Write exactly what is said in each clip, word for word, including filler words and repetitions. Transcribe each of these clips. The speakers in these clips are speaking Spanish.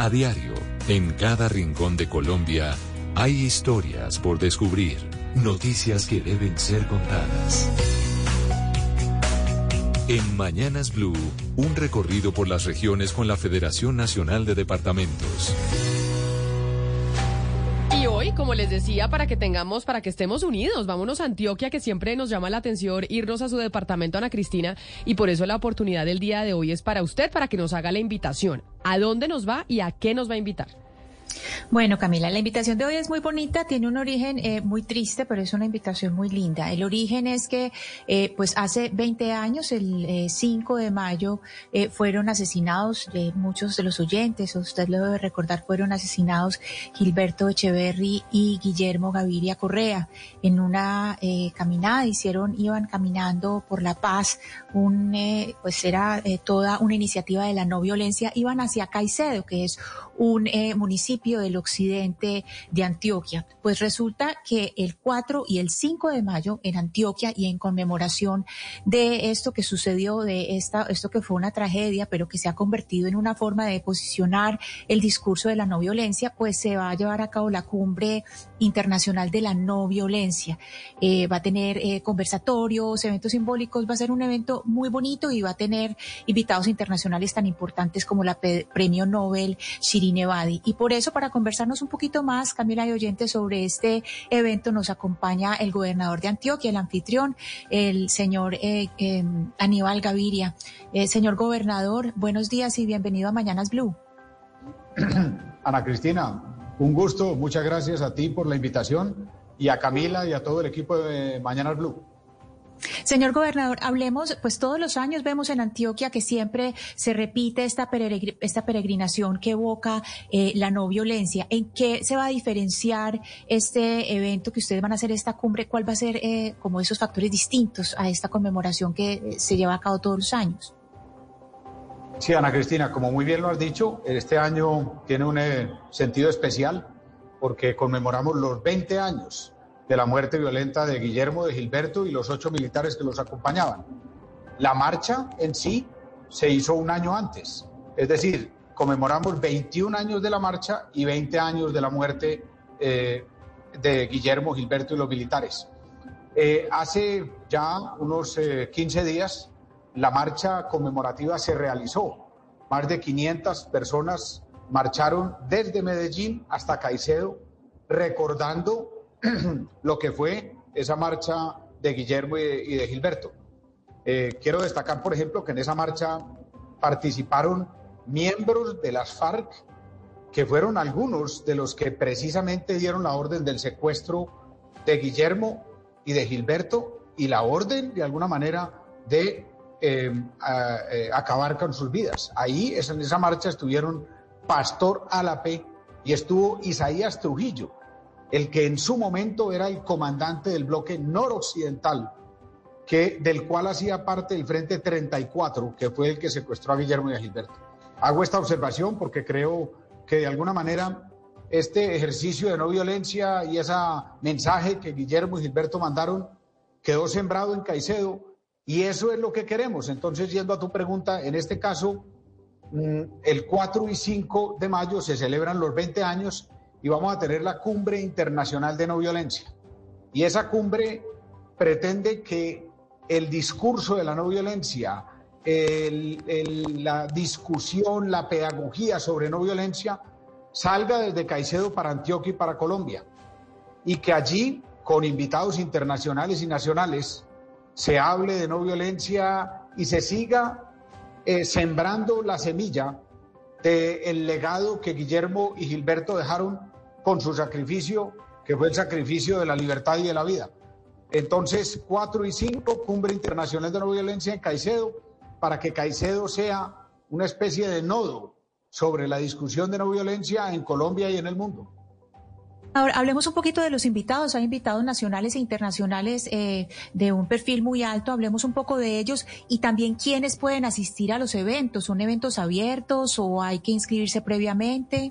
A diario, en cada rincón de Colombia, hay historias por descubrir, noticias que deben ser contadas. En Mañanas Blue, un recorrido por las regiones con la Federación Nacional de Departamentos. Y hoy, como les decía, para que tengamos, para que estemos unidos, vámonos a Antioquia, que siempre nos llama la atención irnos a su departamento, Ana Cristina, y por eso la oportunidad del día de hoy es para usted, para que nos haga la invitación. ¿A dónde nos va y a qué nos va a invitar? Bueno, Camila, la invitación de hoy es muy bonita, tiene un origen eh, muy triste, pero es una invitación muy linda. El origen es que, eh, pues hace veinte años, el eh, cinco de mayo, eh, fueron asesinados, eh, muchos de los oyentes, usted lo debe recordar, fueron asesinados Gilberto Echeverry y Guillermo Gaviria Correa en una eh, caminada. Hicieron, iban caminando por la paz, un, eh, pues era eh, toda una iniciativa de la no violencia, iban hacia Caicedo, que es un eh, municipio del occidente de Antioquia. Pues resulta que el cuatro y el cinco de mayo en Antioquia, y en conmemoración de esto que sucedió, de esta, esto que fue una tragedia, pero que se ha convertido en una forma de posicionar el discurso de la no violencia, pues se va a llevar a cabo la Cumbre Internacional de la No Violencia. Eh, va a tener eh, conversatorios, eventos simbólicos, va a ser un evento muy bonito y va a tener invitados internacionales tan importantes como la P- Premio Nobel Shirin Ebadi. Y por eso, para conversarnos un poquito más, Camila y oyentes, sobre este evento, nos acompaña el gobernador de Antioquia, el anfitrión, el señor eh, eh, Aníbal Gaviria. Eh, señor gobernador, buenos días y bienvenido a Mañanas Blue. Ana Cristina, un gusto, muchas gracias a ti por la invitación y a Camila y a todo el equipo de Mañanas Blue. Señor gobernador, hablemos, pues todos los años vemos en Antioquia que siempre se repite esta, peregr esta peregrinación que evoca eh, la no violencia. ¿En qué se va a diferenciar este evento que ustedes van a hacer, esta cumbre? ¿Cuál va a ser eh, como esos factores distintos a esta conmemoración que eh, se lleva a cabo todos los años? Sí, Ana Cristina, como muy bien lo has dicho, este año tiene un eh, sentido especial porque conmemoramos los veinte años de la muerte violenta de Guillermo, de Gilberto y los ocho militares que los acompañaban. La marcha en sí se hizo un año antes, es decir, conmemoramos veintiún años de la marcha y veinte años de la muerte eh, de Guillermo, Gilberto y los militares. Eh, hace ya unos eh, quince días la marcha conmemorativa se realizó. Más de quinientas personas marcharon desde Medellín hasta Caicedo, recordando lo que fue esa marcha de Guillermo y de Gilberto. Eh, quiero destacar, por ejemplo, que en esa marcha participaron miembros de las FARC, que fueron algunos de los que precisamente dieron la orden del secuestro de Guillermo y de Gilberto, y la orden, de alguna manera, de eh, a, eh, acabar con sus vidas. Ahí, en esa marcha, estuvieron Pastor Alapé y estuvo Isaías Trujillo, el que en su momento era el comandante del bloque noroccidental, que, del cual hacía parte el Frente treinta y cuatro, que fue el que secuestró a Guillermo y a Gilberto. Hago esta observación porque creo que de alguna manera este ejercicio de no violencia y ese mensaje que Guillermo y Gilberto mandaron quedó sembrado en Caicedo, y eso es lo que queremos. Entonces, yendo a tu pregunta, en este caso, el cuatro y cinco de mayo se celebran los veinte años y vamos a tener la Cumbre Internacional de No Violencia. Y esa cumbre pretende que el discurso de la no violencia, el, el, la discusión, la pedagogía sobre no violencia salga desde Caicedo para Antioquia y para Colombia. Y que allí, con invitados internacionales y nacionales, se hable de no violencia y se siga eh, sembrando la semilla del legado que Guillermo y Gilberto dejaron con su sacrificio, que fue el sacrificio de la libertad y de la vida. Entonces, cuatro y cinco, Cumbre Internacional de No Violencia en Caicedo, para que Caicedo sea una especie de nodo sobre la discusión de no violencia en Colombia y en el mundo. Ahora, hablemos un poquito de los invitados. Hay invitados nacionales e internacionales eh, de un perfil muy alto. Hablemos un poco de ellos y también quiénes pueden asistir a los eventos. ¿Son eventos abiertos o hay que inscribirse previamente?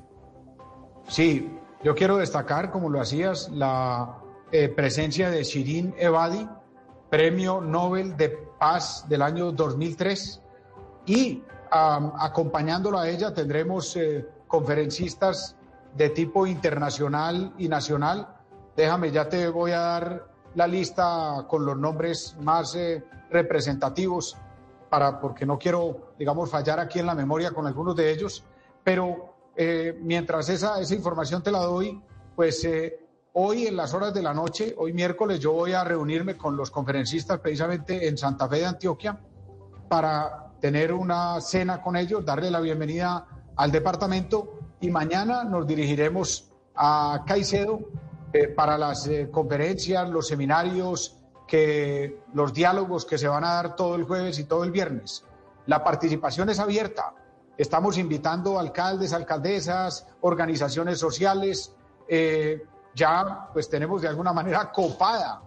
Sí, yo quiero destacar, como lo hacías, la eh, presencia de Shirin Ebadi, Premio Nobel de Paz del año dos mil tres, y um, acompañándolo a ella tendremos eh, conferencistas de tipo internacional y nacional. Déjame, ya te voy a dar la lista con los nombres más eh, representativos, para, porque no quiero, digamos, fallar aquí en la memoria con algunos de ellos, pero eh, mientras esa, esa información te la doy, pues eh, hoy en las horas de la noche, hoy miércoles, yo voy a reunirme con los conferencistas precisamente en Santa Fe de Antioquia para tener una cena con ellos, darle la bienvenida al departamento, y mañana nos dirigiremos a Caicedo eh, para las eh, conferencias, los seminarios, que los diálogos que se van a dar todo el jueves y todo el viernes. La participación es abierta. Estamos invitando alcaldes, alcaldesas, organizaciones sociales. Eh, ya pues tenemos de alguna manera copada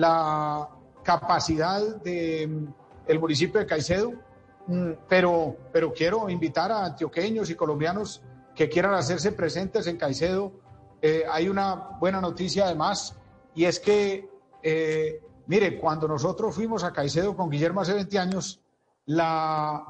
la capacidad del de, municipio de Caicedo, pero, pero quiero invitar a antioqueños y colombianos que quieran hacerse presentes en Caicedo. Eh, hay una buena noticia además, y es que eh, mire, cuando nosotros fuimos a Caicedo con Guillermo hace veinte años, la,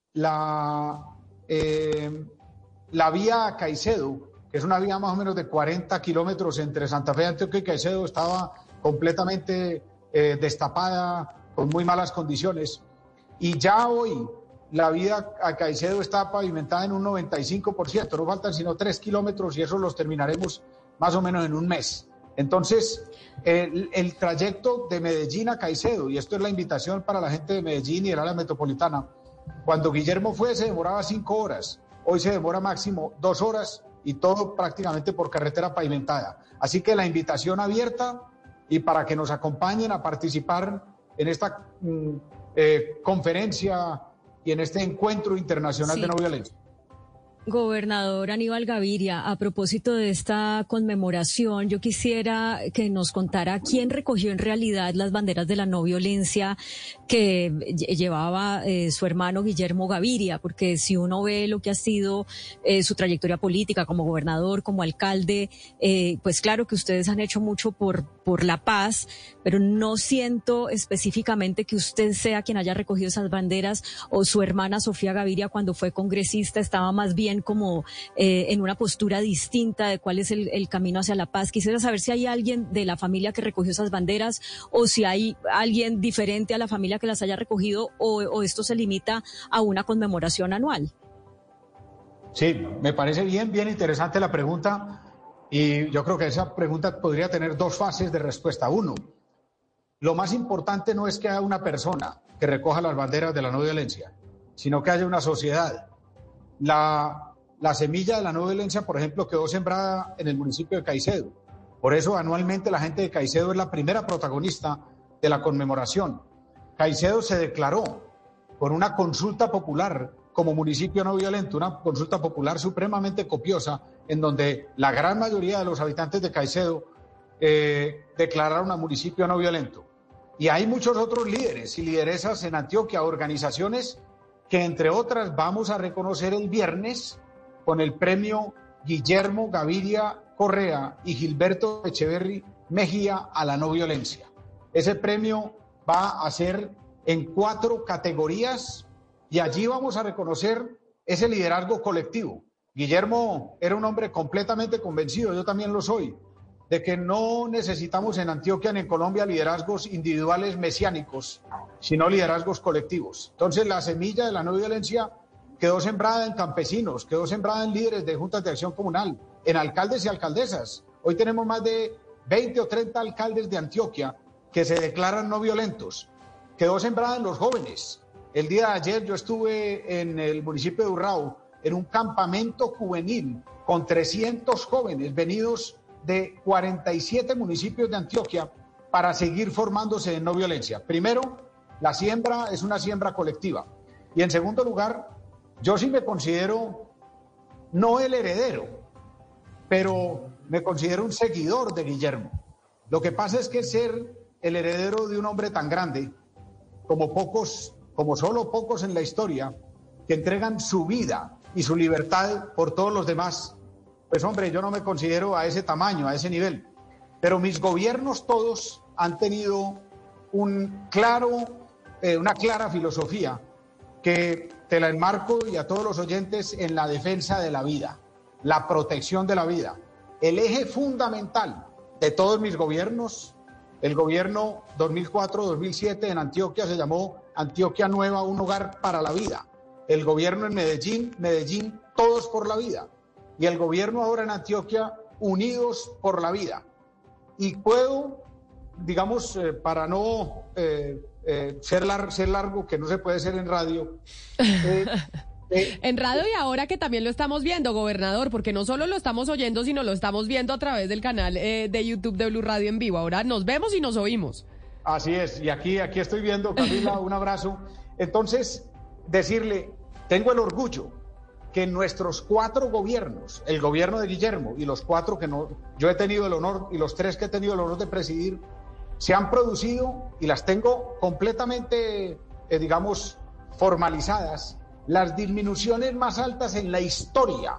la, eh, la vía a Caicedo, que es una vía más o menos de cuarenta kilómetros entre Santa Fe, Antioquia y Caicedo, estaba completamente eh, destapada, con muy malas condiciones. Y ya hoy la vía a Caicedo está pavimentada en un noventa y cinco por ciento, no faltan sino tres kilómetros y esos los terminaremos más o menos en un mes. Entonces, el, el trayecto de Medellín a Caicedo, y esto es la invitación para la gente de Medellín y el área metropolitana, cuando Guillermo fue se demoraba cinco horas, hoy se demora máximo dos horas y todo prácticamente por carretera pavimentada. Así que la invitación abierta y para que nos acompañen a participar en esta mm, eh, conferencia y en este encuentro internacional sí. de no violencia. Gobernador Aníbal Gaviria, a propósito de esta conmemoración, yo quisiera que nos contara quién recogió en realidad las banderas de la no violencia que llevaba eh, su hermano Guillermo Gaviria, porque si uno ve lo que ha sido eh, su trayectoria política como gobernador, como alcalde, eh, pues claro que ustedes han hecho mucho por, por la paz, pero no siento específicamente que usted sea quien haya recogido esas banderas, o su hermana Sofía Gaviria cuando fue congresista estaba más bien como eh, en una postura distinta de cuál es el, el camino hacia la paz. Quisiera saber si hay alguien de la familia que recogió esas banderas o si hay alguien diferente a la familia que las haya recogido, o, o esto se limita a una conmemoración anual. Sí, me parece bien, bien interesante la pregunta, y yo creo que esa pregunta podría tener dos fases de respuesta. Uno, lo más importante no es que haya una persona que recoja las banderas de la no violencia, sino que haya una sociedad. La, la semilla de la no violencia, por ejemplo, quedó sembrada en el municipio de Caicedo. Por eso anualmente la gente de Caicedo es la primera protagonista de la conmemoración. Caicedo se declaró por una consulta popular como municipio no violento, una consulta popular supremamente copiosa, en donde la gran mayoría de los habitantes de Caicedo eh, declararon a municipio no violento. Y hay muchos otros líderes y lideresas en Antioquia, organizaciones que entre otras vamos a reconocer el viernes con el premio Guillermo Gaviria Correa y Gilberto Echeverry Mejía a la no violencia. Ese premio va a ser en cuatro categorías y allí vamos a reconocer ese liderazgo colectivo. Guillermo era un hombre completamente convencido, yo también lo soy, de que no necesitamos en Antioquia ni en Colombia liderazgos individuales mesiánicos, sino liderazgos colectivos. Entonces la semilla de la no violencia quedó sembrada en campesinos, quedó sembrada en líderes de juntas de acción comunal, en alcaldes y alcaldesas. Hoy tenemos más de veinte o treinta alcaldes de Antioquia que se declaran no violentos. Quedó sembrada en los jóvenes. El día de ayer yo estuve en el municipio de Urrao, en un campamento juvenil con trescientos jóvenes venidos de cuarenta y siete municipios de Antioquia para seguir formándose en no violencia. Primero, la siembra es una siembra colectiva. Y en segundo lugar, yo sí me considero no el heredero, pero me considero un seguidor de Guillermo. Lo que pasa es que ser el heredero de un hombre tan grande, como pocos, como solo pocos en la historia, que entregan su vida y su libertad por todos los demás, pues hombre, yo no me considero a ese tamaño, a ese nivel. Pero mis gobiernos todos han tenido un claro, eh, una clara filosofía que te la enmarco y a todos los oyentes en la defensa de la vida. la protección de la vida. El eje fundamental de todos mis gobiernos, el gobierno dos mil cuatro dos mil siete en Antioquia se llamó Antioquia Nueva, un hogar para la vida. El gobierno en Medellín, Medellín, todos por la vida. Y el gobierno ahora en Antioquia, unidos por la vida. Y puedo, digamos, eh, para no eh, eh, ser, lar- ser largo, que no se puede ser en radio, eh, Eh, en radio y ahora que también lo estamos viendo, gobernador, porque no solo lo estamos oyendo, sino lo estamos viendo a través del canal eh, de YouTube de Blue Radio en vivo. Ahora nos vemos y nos oímos. Así es, y aquí, aquí estoy viendo, Camila, un abrazo. Entonces, decirle, tengo el orgullo que en nuestros cuatro gobiernos, el gobierno de Guillermo y los cuatro que no, yo he tenido el honor, y los tres que he tenido el honor de presidir, se han producido, y las tengo completamente, eh, digamos, formalizadas, las disminuciones más altas en la historia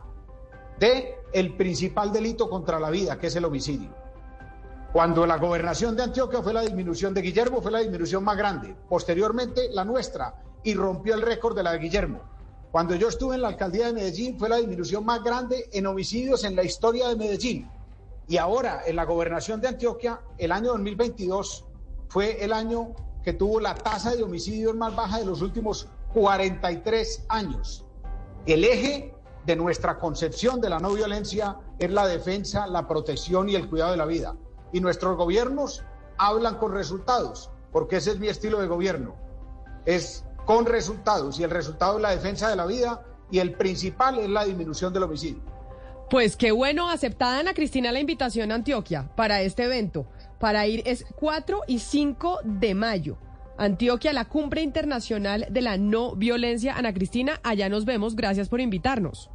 de el principal delito contra la vida, que es el homicidio. Cuando la gobernación de Antioquia fue la disminución de Guillermo, fue la disminución más grande. Posteriormente, la nuestra, y rompió el récord de la de Guillermo. Cuando yo estuve en la alcaldía de Medellín, fue la disminución más grande en homicidios en la historia de Medellín. Y ahora, en la gobernación de Antioquia, el año dos mil veintidós fue el año que tuvo la tasa de homicidios más baja de los últimos cuarenta y tres años. El eje de nuestra concepción de la no violencia es la defensa, la protección y el cuidado de la vida. Y nuestros gobiernos hablan con resultados, porque ese es mi estilo de gobierno. Es con resultados, y el resultado es la defensa de la vida, y el principal es la disminución del homicidio. Pues qué bueno, aceptada Ana Cristina la invitación a Antioquia para este evento. Para ir es cuatro y cinco de mayo. Antioquia, la Cumbre Internacional de la No Violencia. Ana Cristina, allá nos vemos. Gracias por invitarnos.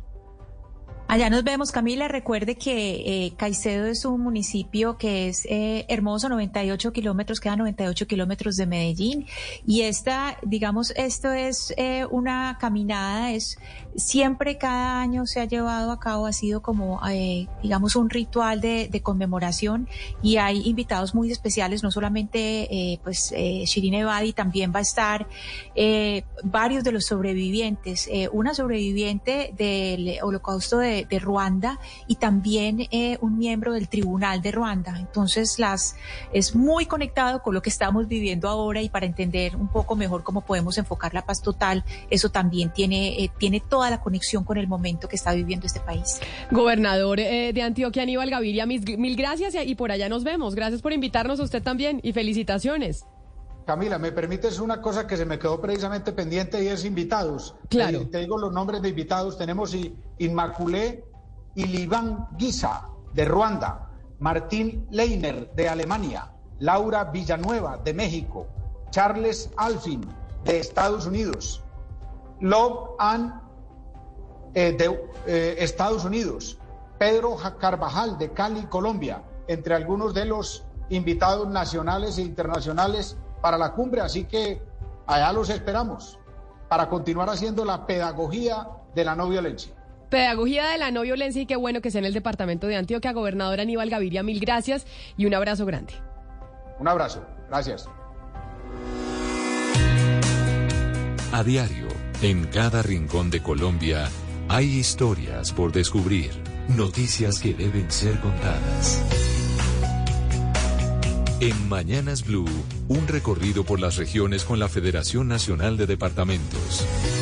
Allá nos vemos, Camila. Recuerde que eh, Caicedo es un municipio que es eh, hermoso, noventa y ocho kilómetros, queda noventa y ocho kilómetros de Medellín. Y esta, digamos, esto es eh, una caminada, es siempre cada año se ha llevado a cabo, ha sido como, eh, digamos, un ritual de, de conmemoración, y hay invitados muy especiales, no solamente, eh, pues, eh, Shirin Ebadi, también va a estar eh, varios de los sobrevivientes, eh, una sobreviviente del Holocausto de de Ruanda, y también eh, un miembro del Tribunal de Ruanda. Entonces las es muy conectado con lo que estamos viviendo ahora, y para entender un poco mejor cómo podemos enfocar la paz total, eso también tiene, eh, tiene toda la conexión con el momento que está viviendo este país. Gobernador eh, de Antioquia, Aníbal Gaviria, mis, mil gracias, y por allá nos vemos. Gracias por invitarnos a usted también, y felicitaciones. Camila, ¿me permites una cosa que se me quedó precisamente pendiente, y es invitados? Claro. Te, te digo los nombres de invitados. Tenemos Inmaculé Ilivan Guisa, de Ruanda, Martín Leiner, de Alemania, Laura Villanueva, de México, Charles Alfin, de Estados Unidos, Love Ann, eh, de eh, Estados Unidos, Pedro Carvajal, de Cali, Colombia, entre algunos de los invitados nacionales e internacionales para la cumbre. Así que allá los esperamos para continuar haciendo la pedagogía de la no violencia. Pedagogía de la no violencia, y qué bueno que sea en el departamento de Antioquia. Gobernador Aníbal Gaviria, mil gracias y un abrazo grande. Un abrazo, gracias. A diario, en cada rincón de Colombia, hay historias por descubrir, noticias que deben ser contadas. En Mañanas Blue, un recorrido por las regiones con la Federación Nacional de Departamentos.